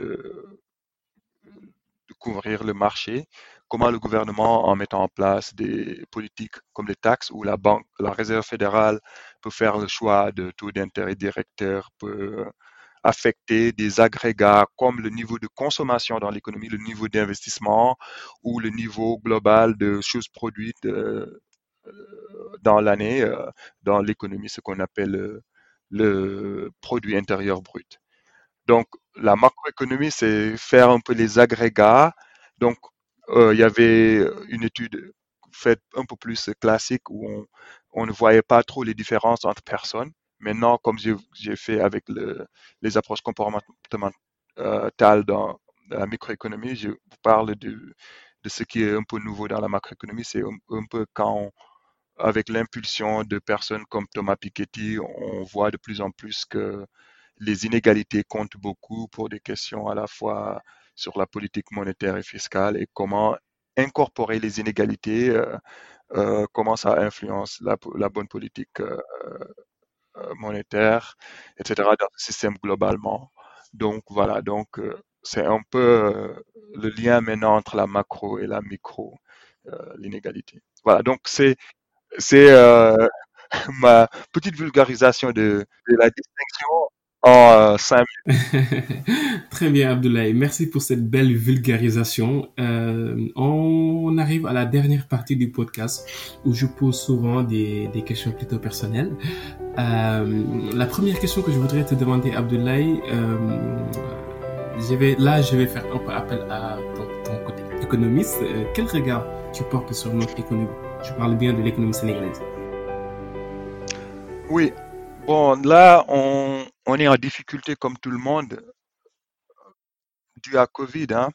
de couvrir le marché, comment le gouvernement, en mettant en place des politiques comme les taxes ou la Réserve fédérale peut faire le choix de taux d'intérêt directeur, peut affecter des agrégats comme le niveau de consommation dans l'économie, le niveau d'investissement ou le niveau global de choses produites dans l'année dans l'économie, ce qu'on appelle le produit intérieur brut. Donc, la macroéconomie, c'est faire un peu les agrégats. Donc, il y avait une étude faite un peu plus classique où on ne voyait pas trop les différences entre personnes. Maintenant, comme j'ai fait avec les approches comportementales dans la microéconomie, je vous parle de ce qui est un peu nouveau dans la macroéconomie. C'est un peu quand, avec l'impulsion de personnes comme Thomas Piketty, on voit de plus en plus que les inégalités comptent beaucoup pour des questions à la fois sur la politique monétaire et fiscale et comment incorporer les inégalités, comment ça influence la bonne politique monétaire, etc., dans le système globalement. Donc voilà, donc c'est un peu le lien maintenant entre la macro et la micro, l'inégalité. Voilà, donc c'est ma petite vulgarisation de la distinction en 5 minutes. Très bien, Abdoulaye. Merci pour cette belle vulgarisation. On arrive à la dernière partie du podcast où je pose souvent des questions plutôt personnelles. La première question que je voudrais te demander, Abdoulaye, je vais faire un peu appel à ton côté économiste. Quel regard tu portes sur notre économie? Je parle bien de l'économie sénégalaise. Oui, bon, là, on est en difficulté comme tout le monde dû à Covid, hein.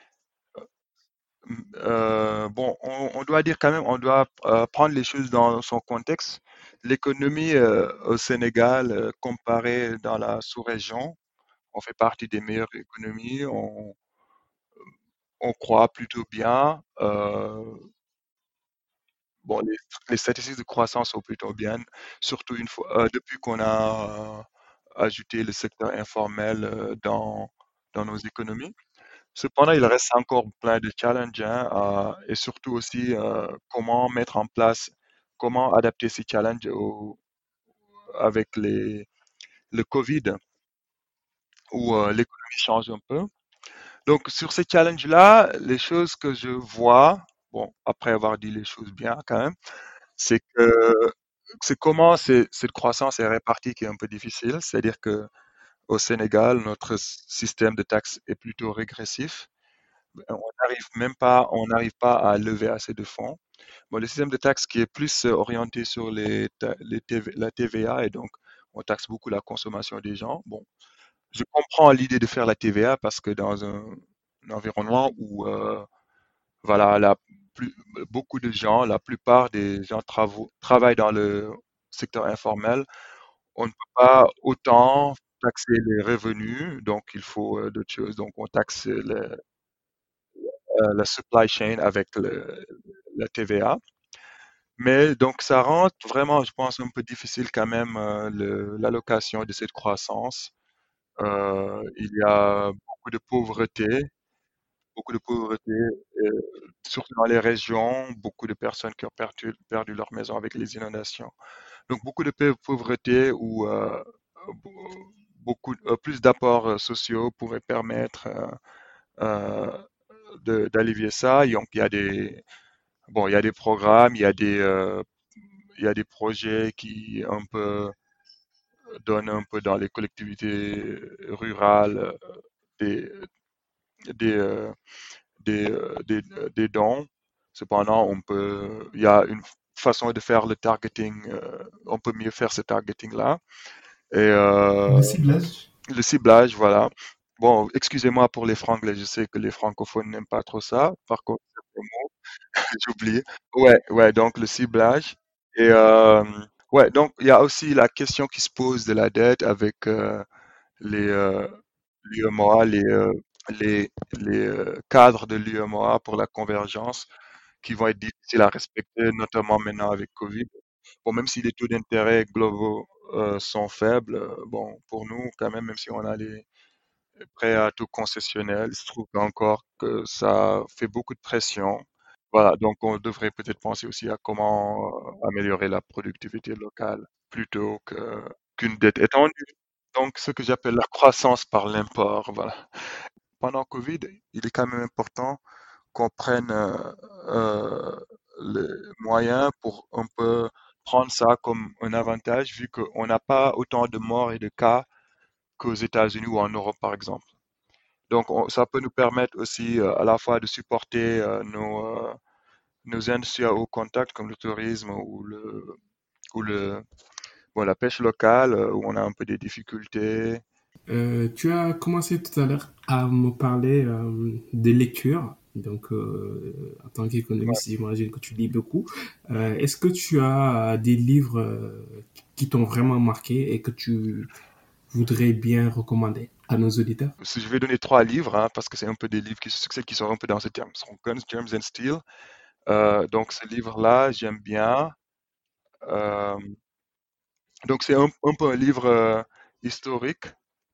Bon, on doit dire quand même, on doit prendre les choses dans son contexte. L'économie au Sénégal, comparée dans la sous-région, on fait partie des meilleures économies, on croit plutôt bien. Bon, les statistiques de croissance sont plutôt bien, surtout depuis qu'on a ajouté le secteur informel dans nos économies. Cependant, il reste encore plein de challenges, hein, et surtout aussi comment mettre en place, comment adapter ces challenges avec le Covid, où l'économie change un peu. Donc, sur ces challenges-là, les choses que je vois, bon, après avoir dit les choses bien quand même, c'est que c'est comment cette croissance est répartie qui est un peu difficile. C'est-à-dire que au Sénégal, notre système de taxes est plutôt régressif. On n'arrive pas à lever assez de fonds. Bon, le système de taxes qui est plus orienté sur la TVA et donc on taxe beaucoup la consommation des gens. Bon, je comprends l'idée de faire la TVA parce que dans un environnement où voilà, beaucoup de gens, la plupart des gens travaillent dans le secteur informel. On ne peut pas autant taxer les revenus, donc il faut d'autres choses. Donc on taxe la supply chain avec la TVA. Mais donc ça rend vraiment, je pense, un peu difficile quand même l'allocation de cette croissance. Il y a beaucoup de pauvreté, surtout dans les régions, beaucoup de personnes qui ont perdu leur maison avec les inondations. Donc beaucoup de pauvreté où plus d'apports sociaux pourraient permettre euh, d'allévier ça. Donc il y a bon, il y a des programmes, il y a des projets qui un peu donnent un peu dans les collectivités rurales des, des, euh, des dons. Cependant, il y a une façon de faire le targeting, on peut mieux faire ce targeting-là. Et Le ciblage. le ciblage, voilà. Bon, excusez-moi pour les franglais, je sais que les francophones n'aiment pas trop ça. Par contre, j'ai oublié. Ouais, ouais, donc le ciblage. Et ouais, donc il y a aussi la question qui se pose de la dette avec les l'UEMOA, les, cadres de l'UEMOA pour la convergence qui vont être difficiles à respecter, notamment maintenant avec Covid. Bon, même si les taux d'intérêt globaux sont faibles, bon, pour nous, quand même si on a les prêts à taux concessionnels, je trouve encore que ça fait beaucoup de pression. Voilà, donc on devrait peut-être penser aussi à comment améliorer la productivité locale plutôt qu'une dette étendue. Donc, ce que j'appelle la croissance par l'import, voilà. Pendant Covid, il est quand même important qu'on prenne les moyens pour un peu prendre ça comme un avantage, vu qu'on n'a pas autant de morts et de cas qu'aux États-Unis ou en Europe, par exemple. Donc, ça peut nous permettre aussi à la fois de supporter nos industries à haut contact, comme le tourisme ou bon, la pêche locale, où on a un peu des difficultés. Tu as commencé tout à l'heure à me parler des lectures. Donc, en tant Ouais. qu'économiste, j'imagine que tu lis beaucoup. Est-ce que tu as des livres qui t'ont vraiment marqué et que tu voudrais bien recommander à nos auditeurs? Si je vais donner trois livres, hein, parce que c'est un peu des livres qui sont un peu dans ce terme, ce sont Guns, Germs and Steel. Donc, ce livre-là, j'aime bien. Euh, donc, c'est un peu un livre historique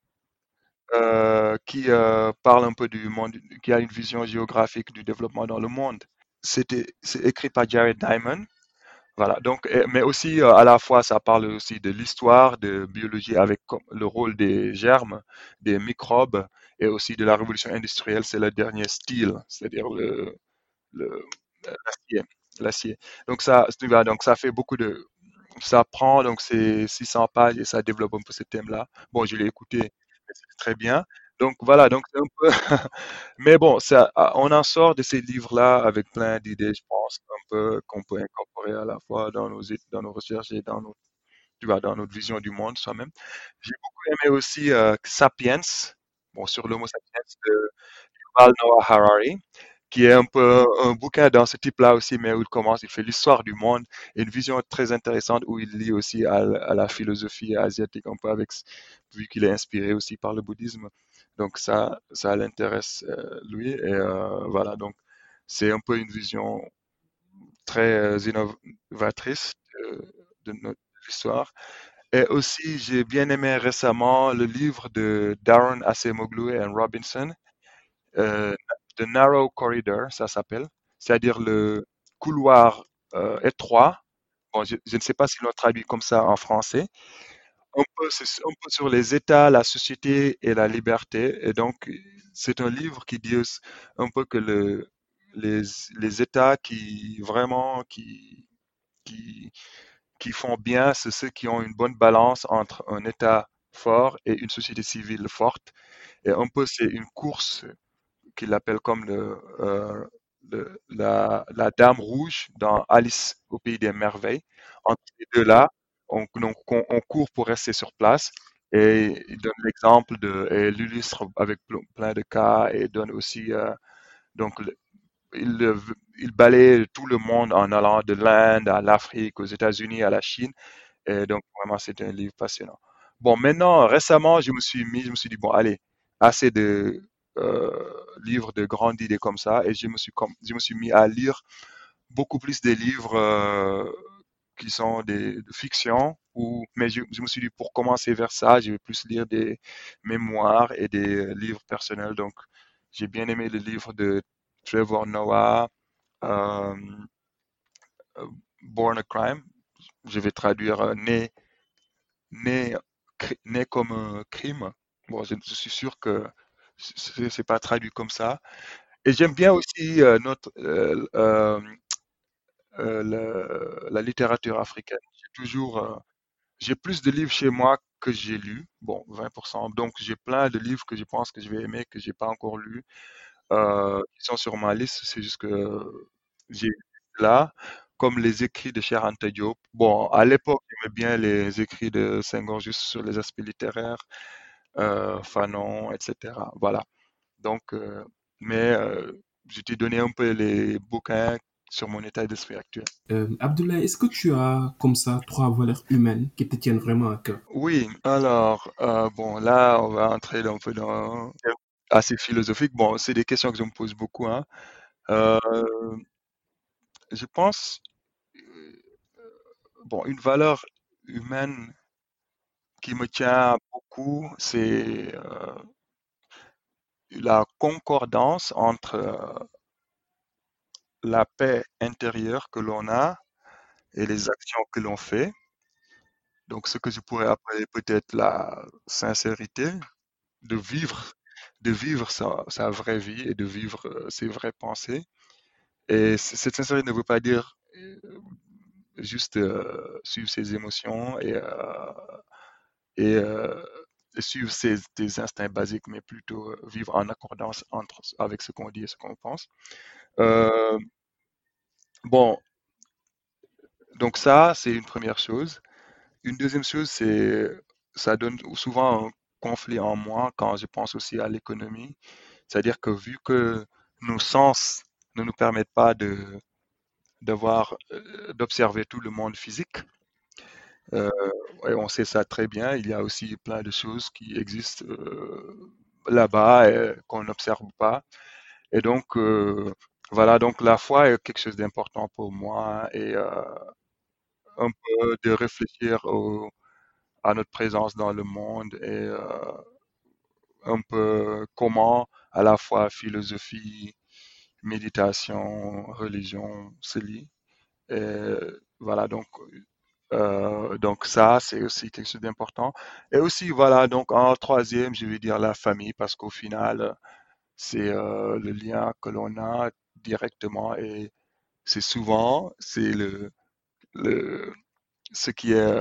qui parle un peu du monde, qui a une vision géographique du développement dans le monde. C'est écrit par Jared Diamond. Voilà. Donc, mais aussi à la fois, ça parle aussi de l'histoire, de biologie avec le rôle des germes, des microbes, et aussi de la révolution industrielle. C'est le dernier style, c'est-à-dire le- l'acier, l'acier. Donc ça fait beaucoup de, ça prend donc c'est 600 pages et ça développe un peu ce thème-là. Bon, je l'ai écouté, mais c'est très bien. Donc voilà, donc c'est un peu, mais bon, on en sort de ces livres-là avec plein d'idées, je pense, un peu qu'on peut incorporer à la fois dans nos recherches et tu vois, dans notre vision du monde soi-même. J'ai beaucoup aimé aussi Sapiens, bon, sur l'Homo sapiens de Yuval Noah Harari, qui est un peu un bouquin dans ce type-là aussi, mais où il commence, il fait l'histoire du monde et une vision très intéressante où il lie aussi à la philosophie asiatique un peu vu qu'il est inspiré aussi par le bouddhisme. Donc ça l'intéresse lui et voilà. Donc c'est un peu une vision très innovatrice de notre histoire. Et aussi, j'ai bien aimé récemment le livre de Darren Acemoglu et Robinson, euh, The Narrow Corridor, ça s'appelle, c'est-à-dire le couloir étroit. Bon, je ne sais pas si l'on traduit comme ça en français. C'est un peu sur les États, la société et la liberté. Et donc, c'est un livre qui dit un peu que les, les États qui vraiment qui, qui font bien, c'est ceux qui ont une bonne balance entre un État fort et une société civile forte. Et un peu, c'est une course qu'il appelle comme la Dame Rouge dans Alice au Pays des Merveilles. Entre ces deux-là, on court pour rester sur place. Et il donne l'exemple et l'illustre avec plein de cas et donne aussi, donc, il, euh, il balaye tout le monde en allant de l'Inde à l'Afrique, aux États-Unis, à la Chine. Et donc, vraiment, c'est un livre passionnant. Bon, maintenant, récemment, je me suis dit, bon, allez, assez de livres de grandes idées comme ça, et je me suis mis à lire beaucoup plus des livres qui sont de fiction, mais je me suis dit pour commencer vers ça, je vais plus lire des mémoires et des livres personnels. Donc, j'ai bien aimé le livre de Trevor Noah, euh, euh, Born a Crime. Je vais traduire né, né comme un crime. Bon, je suis sûr que c'est pas traduit comme ça. Et j'aime bien aussi la littérature africaine. J'ai plus de livres chez moi que j'ai lus. Bon, 20%. Donc, j'ai plein de livres que je pense que je vais aimer, que j'ai pas encore lus, qui sont sur ma liste. C'est juste que j'ai là, comme les écrits de Cheikh Anta Diop. Bon, à l'époque, j'aimais bien les écrits de Senghor juste sur les aspects littéraires, Fanon, etc. Voilà. Donc, je t'ai donné un peu les bouquins sur mon état d'esprit actuel. Abdoulaye, est-ce que tu as comme ça trois valeurs humaines qui te tiennent vraiment à cœur? Oui, alors, bon, là, on va entrer un peu dans assez philosophique. Bon, c'est des questions que je me pose beaucoup, hein. Euh, je pense, bon, une valeur humaine qui me tient beaucoup, c'est la concordance entre la paix intérieure que l'on a et les actions que l'on fait. Donc, ce que je pourrais appeler peut-être la sincérité, de vivre, de vivre sa vraie vie et de vivre ses vraies pensées. Et cette sincérité ne veut pas dire juste suivre ses émotions et, euh, et suivre des instincts basiques, mais plutôt vivre en accordance avec ce qu'on dit et ce qu'on pense. Euh, bon, donc ça, c'est une première chose. Une deuxième chose, c'est ça donne souvent un conflit en moi quand je pense aussi à l'économie. C'est-à-dire que vu que nos sens ne nous permettent pas d'observer tout le monde physique, euh, et on sait ça très bien, il y a aussi plein de choses qui existent là-bas et qu'on n'observe pas. Et donc, voilà, donc la foi est quelque chose d'important pour moi et un peu de réfléchir à notre présence dans le monde et un peu comment à la fois philosophie, méditation, religion se lient. Et voilà, donc ça, c'est aussi quelque chose d'important. Et aussi, voilà, donc en troisième, je vais dire la famille, parce qu'au final, c'est le lien que l'on a directement et c'est le, ce qui est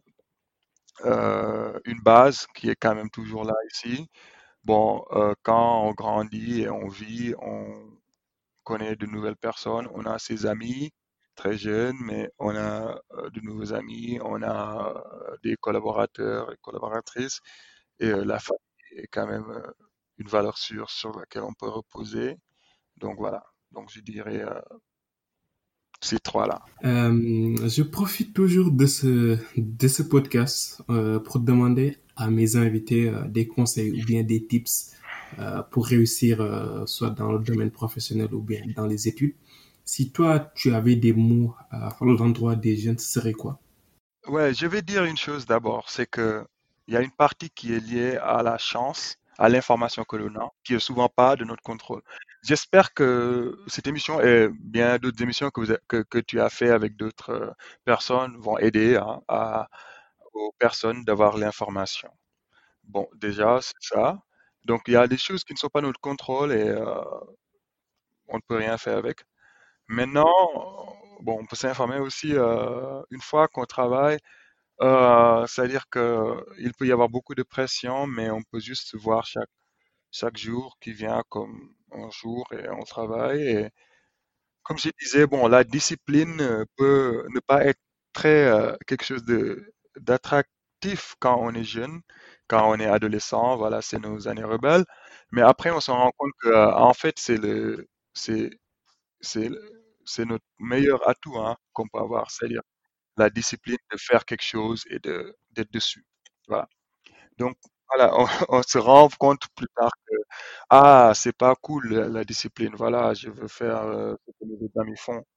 une base qui est quand même toujours là ici. Bon, quand on grandit et on vit, on connaît de nouvelles personnes, on a ses amis très jeunes, mais on a de nouveaux amis, on a des collaborateurs et collaboratrices, et la famille est quand même une valeur sûre sur laquelle on peut reposer. Donc voilà, donc je dirais ces trois-là. Je profite toujours de ce podcast pour demander à mes invités des conseils ou bien des tips pour réussir soit dans le domaine professionnel ou bien dans les études. Si toi, tu avais des mots à l'endroit des jeunes, ce serait quoi? Ouais, je vais dire une chose d'abord, c'est que il y a une partie qui est liée à la chance, à l'information que l'on a, qui est souvent pas de notre contrôle. J'espère que cette émission et bien d'autres émissions que tu as fait avec d'autres personnes vont aider hein, aux personnes d'avoir l'information. Bon, déjà, c'est ça. Donc, il y a des choses qui ne sont pas notre contrôle et on ne peut rien faire avec. Maintenant, bon, on peut s'informer aussi une fois qu'on travaille. C'est-à-dire que il peut y avoir beaucoup de pression, mais on peut juste voir chaque jour qui vient comme un jour et on travaille. Et comme je disais, bon, la discipline peut ne pas être très quelque chose de d'attractif quand on est jeune, quand on est adolescent. Voilà, c'est nos années rebelles. Mais après, on se rend compte que en fait, c'est c'est c'est notre meilleur atout hein, qu'on peut avoir. C'est-à-dire la discipline de faire quelque chose et d'être dessus. Voilà. Donc, voilà, on se rend compte plus tard que, ah, c'est pas cool la discipline. Voilà, je veux faire ce que les autres amis font.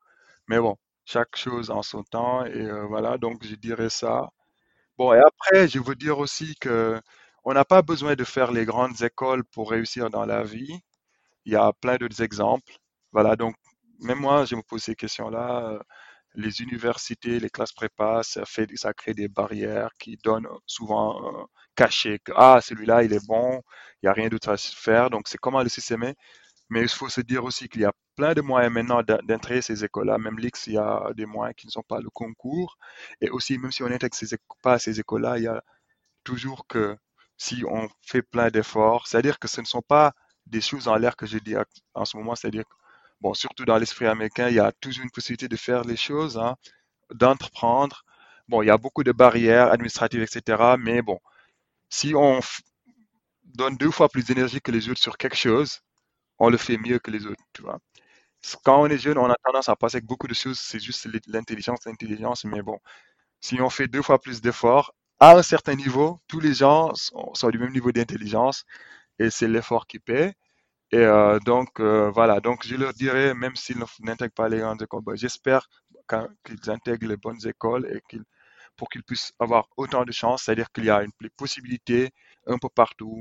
Mais bon, chaque chose en son temps et voilà, donc je dirais ça. Bon, et après, je veux dire aussi que on n'a pas besoin de faire les grandes écoles pour réussir dans la vie. Il y a plein d'autres exemples. Voilà, donc même moi, je me pose ces questions-là. Les universités, les classes prépa, ça crée des barrières qui donnent souvent caché que ah, celui-là, il est bon, il n'y a rien d'autre à faire. Donc, c'est comment le système est. Mais il faut se dire aussi qu'il y a plein de moyens maintenant d'intégrer ces écoles-là. Même l'X, il y a des moyens qui ne sont pas le concours. Et aussi, même si on n'intègre pas ces écoles-là, il y a toujours que si on fait plein d'efforts, c'est-à-dire que ce ne sont pas des choses en l'air que je dis en ce moment, c'est-à-dire que, bon, surtout dans l'esprit américain, il y a toujours une possibilité de faire les choses, hein, d'entreprendre. Bon, il y a beaucoup de barrières administratives, etc. Mais bon, si on donne 2 fois plus d'énergie que les autres sur quelque chose, on le fait mieux que les autres, tu vois. Quand on est jeune, on a tendance à penser que beaucoup de choses, c'est juste l'intelligence, mais bon, si on fait 2 fois plus d'efforts, à un certain niveau, tous les gens sont du même niveau d'intelligence et c'est l'effort qui paie. Et donc, voilà, donc je leur dirais, même s'ils n'intègrent pas les grandes écoles, ben, j'espère qu'ils intègrent les bonnes écoles et pour qu'ils puissent avoir autant de chance, c'est-à-dire qu'il y a une possibilité un peu partout,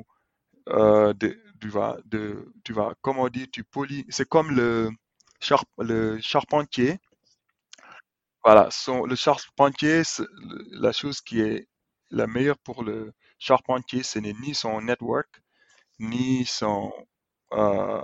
tu vas, comme on dit, c'est comme le charpentier. Voilà, le charpentier, la chose qui est la meilleure pour le charpentier, ce n'est ni son network, ni son, euh,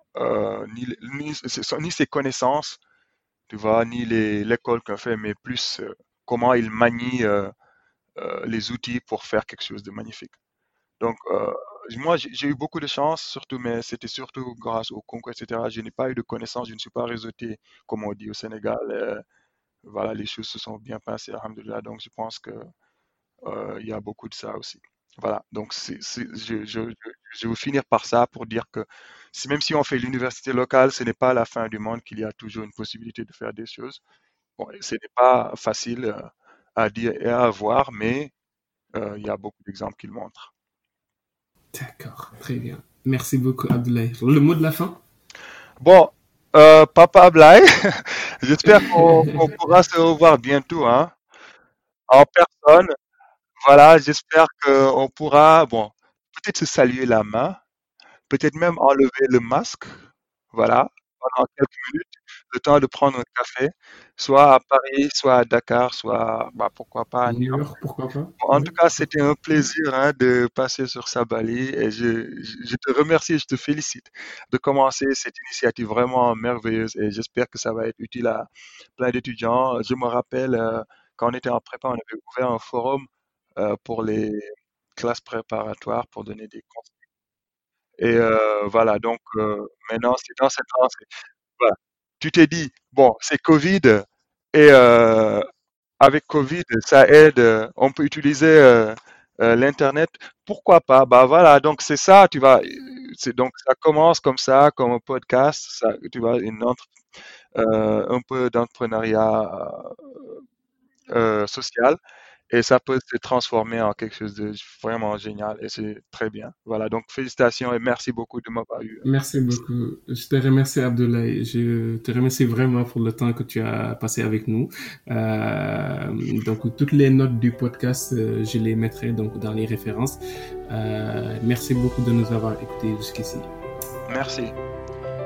ni ses connaissances, tu vois, ni l'école qu'on fait, mais plus comment il manie les outils pour faire quelque chose de magnifique. Donc, moi, j'ai eu beaucoup de chance, surtout, mais c'était surtout grâce au concours, etc. Je n'ai pas eu de connaissances, je ne suis pas réseauté, comme on dit au Sénégal. Voilà, les choses se sont bien passées, alhamdoulilah. Donc, je pense que il y a beaucoup de ça aussi. Voilà, donc je vais finir par ça pour dire que même si on fait l'université locale, ce n'est pas la fin du monde, qu'il y a toujours une possibilité de faire des choses. Bon, ce n'est pas facile à dire et à voir, mais il y a beaucoup d'exemples qui le montrent. D'accord, très bien. Merci beaucoup, Abdoulaye. Le mot de la fin? Bon, Papa Ablaye, j'espère qu'on pourra se revoir bientôt, hein, en personne. Voilà, j'espère qu'on pourra, bon, peut-être se saluer la main, peut-être même enlever le masque, voilà, pendant quelques minutes, le temps de prendre un café, soit à Paris, soit à Dakar, soit, bah, pourquoi pas à New New York. York, pourquoi pas? Bon, en Oui. tout cas, c'était un plaisir, hein, de passer sur Sabali et je te remercie et je te félicite de commencer cette initiative vraiment merveilleuse et j'espère que ça va être utile à plein d'étudiants. Je me rappelle, quand on était en prépa, on avait ouvert un forum pour les classes préparatoires pour donner des conseils. Et voilà, donc maintenant, c'est dans cette lancée. Voilà. Tu t'es dit, bon, c'est Covid et avec Covid, ça aide, on peut utiliser l'Internet. Pourquoi pas? Bah voilà, donc c'est ça, donc ça commence comme ça, comme un podcast, ça, tu vois, un peu d'entrepreneuriat social. Et ça peut se transformer en quelque chose de vraiment génial et c'est très bien. Voilà, donc félicitations et merci beaucoup de m'avoir eu. Merci beaucoup. Je te remercie, Abdoulaye. Je te remercie vraiment pour le temps que tu as passé avec nous. Donc, toutes les notes du podcast, je les mettrai donc dans les références. Merci beaucoup de nous avoir écoutés jusqu'ici. Merci.